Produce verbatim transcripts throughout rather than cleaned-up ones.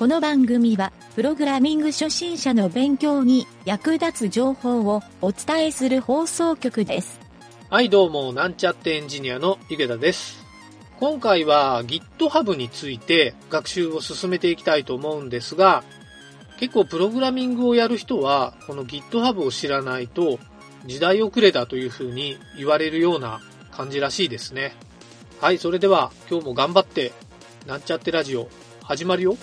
の番組はプログラミング初心者の勉強に役立つ情報をお伝えする放送局です。 はい、どうもなんちゃってエンジニアの池田です。今回は GitHub について学習を進めていきたいと思うんですが、結構プログラミングをやる人はこの GitHub を知らないと時代遅れだというふうに言われるような感じらしいですね。はい、それでは今日も頑張ってなんちゃってラジオ始まるよ。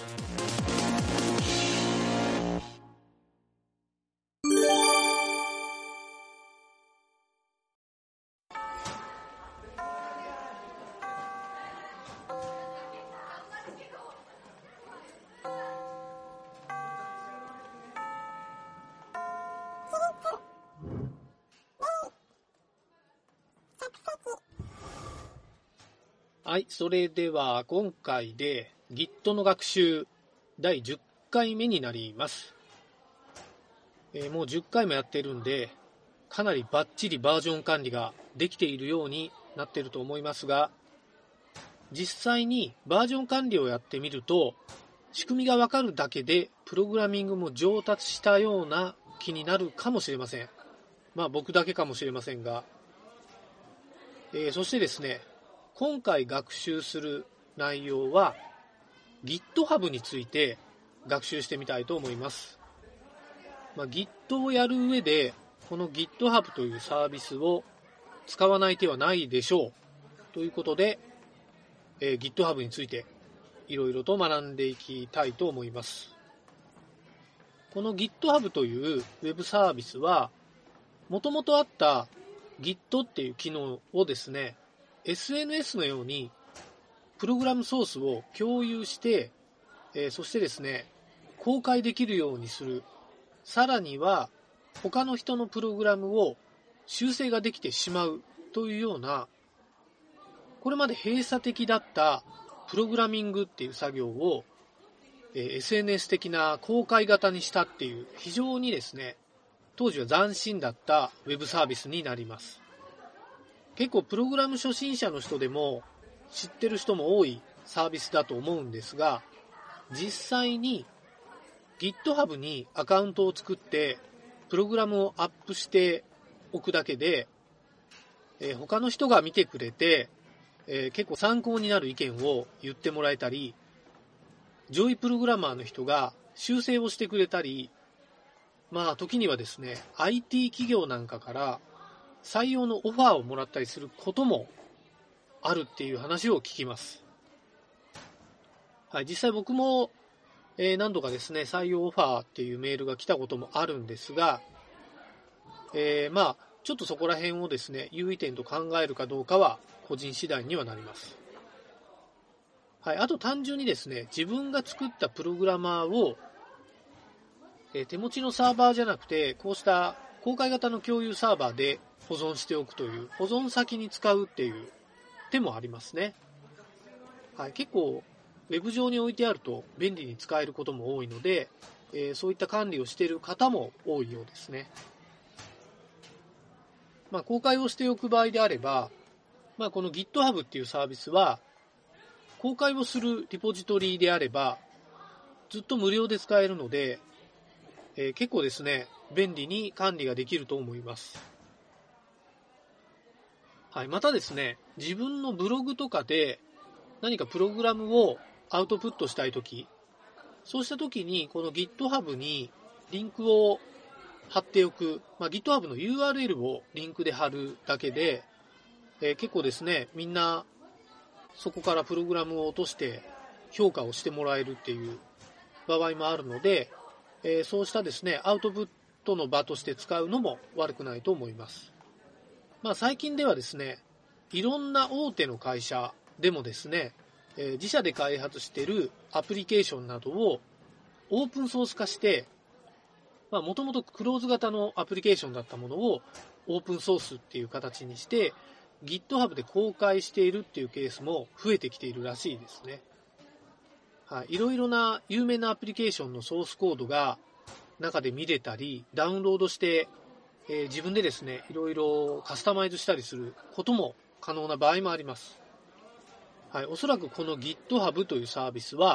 はい、それでは今回で Git の学習だいじゅっかいめになります。えー、もうじゅっかいもやってるんで、かなりバッチリバージョン管理ができているようになっていると思いますが、実際にバージョン管理をやってみると、仕組みがわかるだけでプログラミングも上達したような気になるかもしれません。まあ僕だけかもしれませんが、えー、そしてですね、今回学習する内容は GitHub について学習してみたいと思います。まあ、Git をやる上でこの GitHub というサービスを使わない手はないでしょうということで、えー、GitHub についていろいろと学んでいきたいと思います。この GitHub というウェブサービスはもともとあった Git っていう機能をですね、エスエヌエス のようにプログラムソースを共有して、えー、そしてですね、公開できるようにする。さらには他の人のプログラムを修正ができてしまうというような、これまで閉鎖的だったプログラミングっていう作業を、えー、エスエヌエス 的な公開型にしたっていう、非常にですね、当時は斬新だったウェブサービスになります。結構プログラム初心者の人でも知ってる人も多いサービスだと思うんですが、実際に GitHub にアカウントを作ってプログラムをアップしておくだけで、えー、他の人が見てくれて、えー、結構参考になる意見を言ってもらえたり、上位プログラマーの人が修正をしてくれたり、まあ時にはですね、アイティー 企業なんかから採用のオファーをもらったりすることもあるっていう話を聞きます。はい、実際僕も、えー、何度かですね、採用オファーっていうメールが来たこともあるんですが、えー、まあちょっとそこら辺をですね、優位点と考えるかどうかは個人次第にはなります。はい、あと単純にですね、自分が作ったプログラマーを、えー、手持ちのサーバーじゃなくて、こうした公開型の共有サーバーで保存しておくという、保存先に使うっていう手もありますね。はい、結構ウェブ上に置いてあると便利に使えることも多いので、えー、そういった管理をしている方も多いようですね。まあ、公開をしておく場合であれば、まあ、この GitHub っていうサービスは公開をするリポジトリであればずっと無料で使えるので、えー、結構ですね、便利に管理ができると思います。はい、またですね、自分のブログとかで何かプログラムをアウトプットしたいとき、そうしたときにこの GitHub にリンクを貼っておく、まあ、GitHub の ユーアールエル をリンクで貼るだけで、えー、結構ですね、みんなそこからプログラムを落として評価をしてもらえるっていう場合もあるので、えー、そうしたですね、アウトプットの場として使うのも悪くないと思います。まあ、最近ではですね、いろんな大手の会社でもですね、えー、自社で開発しているアプリケーションなどをオープンソース化して、まあ、もともとクローズ型のアプリケーションだったものをオープンソースっていう形にして GitHub で公開しているっていうケースも増えてきているらしいですね。はい、いろいろな有名なアプリケーションのソースコードが中で見れたり、ダウンロードしてえー、自分でですね、いろいろカスタマイズしたりすることも可能な場合もあります。はい、おそらくこの GitHub というサービスは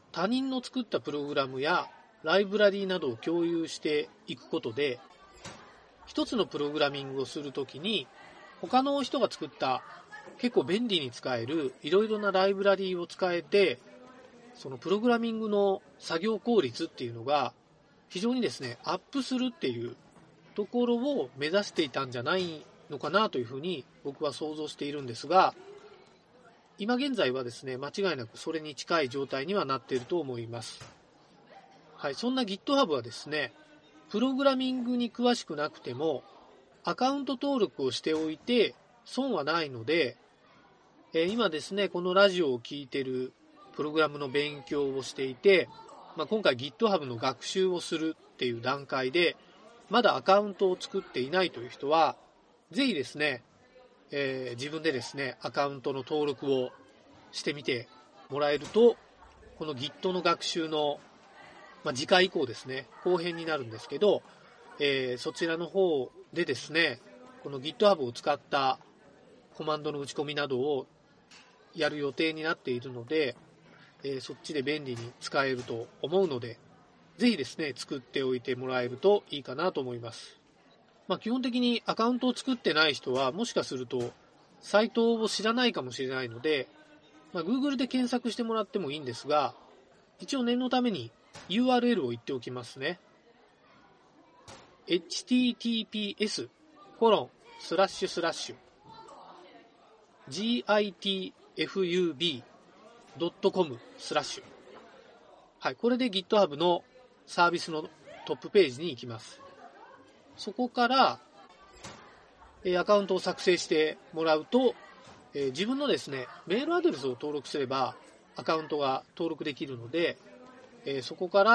他人の作ったプログラムやライブラリーなどを共有していくことで、一つのプログラミングをするときに、他の人が作った結構便利に使えるいろいろなライブラリーを使えて、そのプログラミングの作業効率っていうのが非常にですね、アップするっていうところを目指していたんじゃないのかなというふうに僕は想像しているんですが、今現在はですね、間違いなくそれに近い状態にはなっていると思います。はい、そんな GitHub はですね、プログラミングに詳しくなくてもアカウント登録をしておいて損はないので、えー、今ですね、このラジオを聞いているプログラムの勉強をしていて、まあ、今回 GitHub の学習をするっていう段階でまだアカウントを作っていないという人は、ぜひですね、えー、自分でですね、アカウントの登録をしてみてもらえると、この Git の学習の、まあ、次回以降ですね、後編になるんですけど、えー、そちらの方でですね、この GitHub を使ったコマンドの打ち込みなどをやる予定になっているので、えー、そっちで便利に使えると思うので、ぜひですね、作っておいてもらえるといいかなと思います。まあ、基本的にアカウントを作ってない人は、もしかするとサイトを知らないかもしれないので、まあ、Google で検索してもらってもいいんですが、一応念のために ユーアールエル を言っておきますね。エイチティーティーピーエスコロンスラッシュスラッシュ ジーアイティーエフユービードットコム スラッシュ。はい、これで GitHub のサービスのトップページに行きます。そこからアカウントを作成してもらうと、自分のですね、メールアドレスを登録すればアカウントが登録できるので、そこから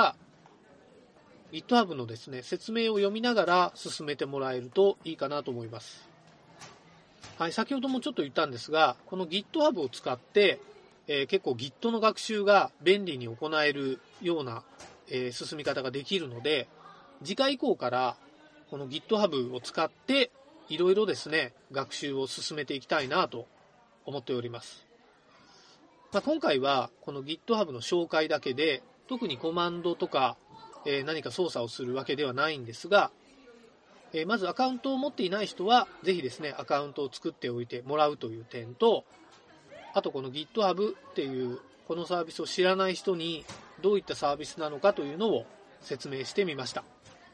GitHub のですね、説明を読みながら進めてもらえるといいかなと思います。はい、先ほどもちょっと言ったんですが、この GitHub を使って、えー、結構 Git の学習が便利に行えるような、えー、進み方ができるので、次回以降からこの GitHub を使っていろいろですね、学習を進めていきたいなと思っております。まあ、今回はこの GitHub の紹介だけで、特にコマンドとか、えー、何か操作をするわけではないんですが、えー、まずアカウントを持っていない人はぜひですね、アカウントを作っておいてもらうという点と、あとこの GitHub っていうこのサービスを知らない人にどういったサービスなのかというのを説明してみました。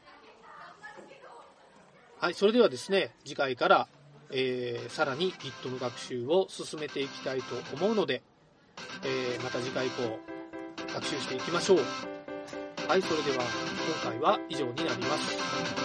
はい、それではですね、次回から、えー、さらに Git の学習を進めていきたいと思うので、えー、また次回以降学習していきましょう。はい、それでは今回は以上になります。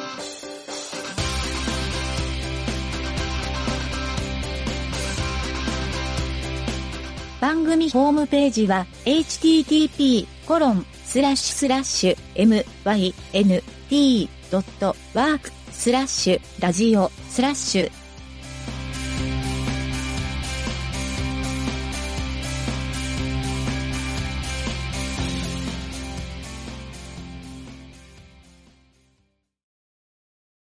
番組ホームページは エイチティーティーピーコロンスラッシュスラッシュエムワイエヌティードットワークスラッシュラジオスラッシュ